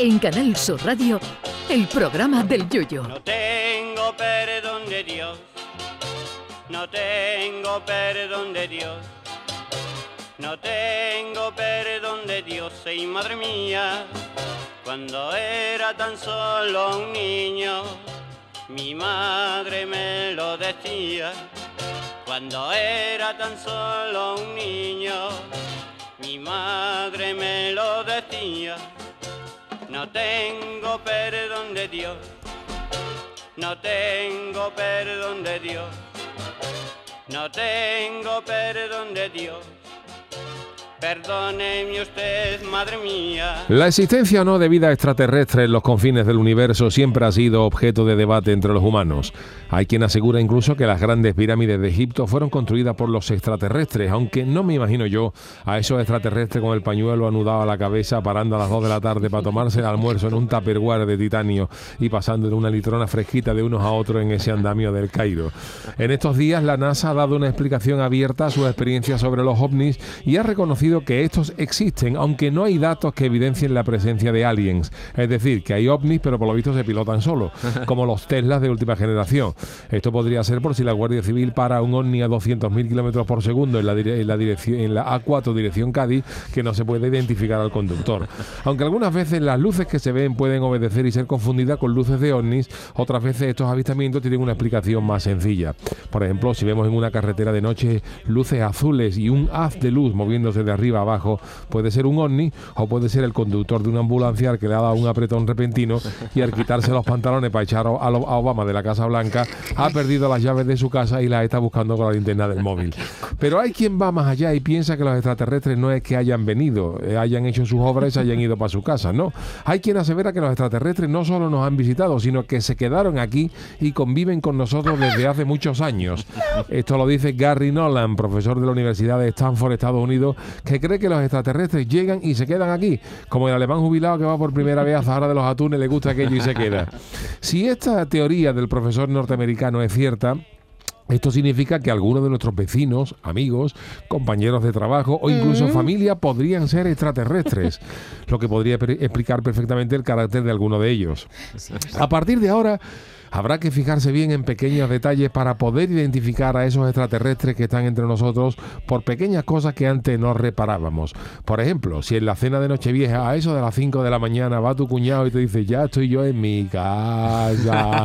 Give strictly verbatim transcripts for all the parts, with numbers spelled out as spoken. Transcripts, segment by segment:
En Canal Sur Radio, el programa del Yoyo. No tengo perdón de Dios, no tengo perdón de Dios, no tengo perdón de Dios, y madre mía, cuando era tan solo un niño, mi madre me lo decía. Cuando era tan solo un niño, mi madre me lo decía. No tengo perdón de Dios, no tengo perdón de Dios, no tengo perdón de Dios. Perdóneme usted, madre mía. La existencia o no de vida extraterrestre en los confines del universo siempre ha sido objeto de debate entre los humanos. Hay quien asegura incluso que las grandes pirámides de Egipto fueron construidas por los extraterrestres, aunque no me imagino yo a esos extraterrestres con el pañuelo anudado a la cabeza, parando a las dos de la tarde para tomarse el almuerzo en un tupperware de titanio y pasando de una litrona fresquita de unos a otros en ese andamio del Cairo. En estos días la NASA ha dado una explicación abierta a sus experiencias sobre los ovnis y ha reconocido que estos existen, aunque no hay datos que evidencien la presencia de aliens. Es decir, que hay ovnis, pero por lo visto se pilotan solos, como los Teslas de última generación. Esto podría ser por si la Guardia Civil para un ovni a doscientos mil kilómetros por segundo en la, dire- en, la dirección, en la A cuatro dirección Cádiz, que no se puede identificar al conductor. Aunque algunas veces las luces que se ven pueden obedecer y ser confundidas con luces de ovnis, otras veces estos avistamientos tienen una explicación más sencilla. Por ejemplo, si vemos en una carretera de noche luces azules y un haz de luz moviéndose de arriba abajo, puede ser un ovni o puede ser el conductor de una ambulancia al que le ha dado un apretón repentino y al quitarse los pantalones para echar a Obama de la Casa Blanca ha perdido las llaves de su casa y las está buscando con la linterna del móvil. Pero hay quien va más allá y piensa que los extraterrestres no es que hayan venido, eh, hayan hecho sus obras y se hayan ido para su casa, no. Hay quien asevera que los extraterrestres no solo nos han visitado, sino que se quedaron aquí y conviven con nosotros desde hace muchos años. Esto lo dice Gary Nolan, profesor de la Universidad de Stanford, Estados Unidos, que cree que los extraterrestres llegan y se quedan aquí, como el alemán jubilado que va por primera vez a Zahara de los Atunes, le gusta aquello y se queda. Si esta teoría del profesor norteamericano es cierta, esto significa que algunos de nuestros vecinos, amigos, compañeros de trabajo o incluso mm. familia podrían ser extraterrestres, lo que podría per- explicar perfectamente el carácter de alguno de ellos. A partir de ahora, habrá que fijarse bien en pequeños detalles para poder identificar a esos extraterrestres que están entre nosotros por pequeñas cosas que antes no reparábamos. Por ejemplo, si en la cena de Nochevieja a eso de las cinco de la mañana va tu cuñado y te dice, ya estoy yo en mi casa.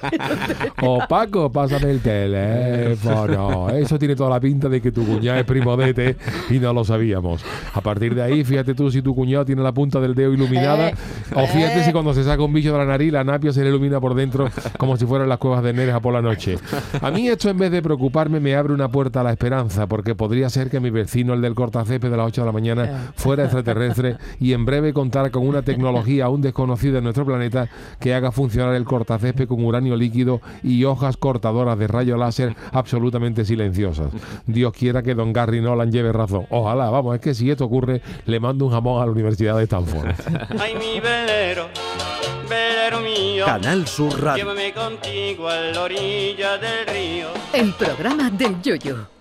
O Paco, pásame el teléfono. Eso tiene toda la pinta de que tu cuñado es primo de Ete y no lo sabíamos. A partir de ahí, fíjate tú si tu cuñado tiene la punta del dedo iluminada, o fíjate si cuando se saca un bicho de la nariz la napia se le ilumina por dentro como si fueran las cuevas de Nerja por la noche. A mí esto, en vez de preocuparme, me abre una puerta a la esperanza, porque podría ser que mi vecino, el del cortacésped de las ocho de la mañana, fuera extraterrestre y en breve contara con una tecnología aún desconocida en nuestro planeta que haga funcionar el cortacésped con uranio líquido y hojas cortadoras de rayo láser absolutamente silenciosas. Dios quiera que don Gary Nolan lleve razón. Ojalá, vamos, es que si esto ocurre, le mando un jamón a la Universidad de Stanford. Ay, mi velero, velero mío, Canal Sur Radio. Llévame contigo a la orilla del río. El programa del Yoyo.